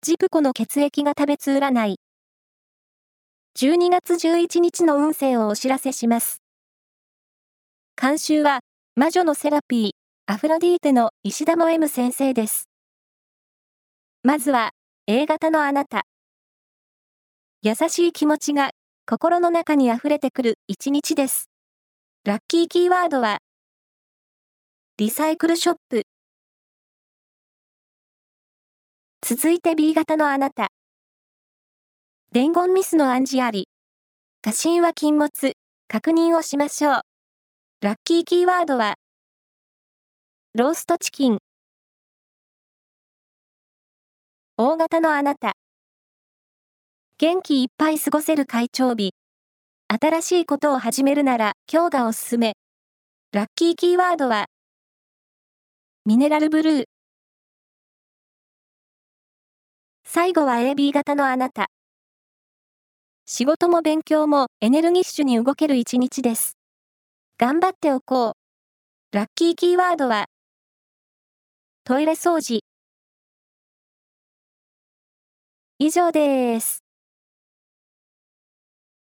ジプコの血液が食べつ占い。12月11日の運勢をお知らせします。監修は、魔女のセラピー、アフロディーテの石田も M 先生です。まずは、A 型のあなた。優しい気持ちが、心の中に溢れてくる一日です。ラッキーキーワードは、リサイクルショップ。続いて B 型のあなた。伝言ミスの暗示あり。過信は禁物、確認をしましょう。ラッキーキーワードは、ローストチキン。O 型のあなた。元気いっぱい過ごせる会長日。新しいことを始めるなら今日がおすすめ。ラッキーキーワードは、ミネラルブルー。最後は AB 型のあなた。仕事も勉強もエネルギッシュに動ける一日です。頑張っておこう。ラッキーキーワードは、トイレ掃除。以上です。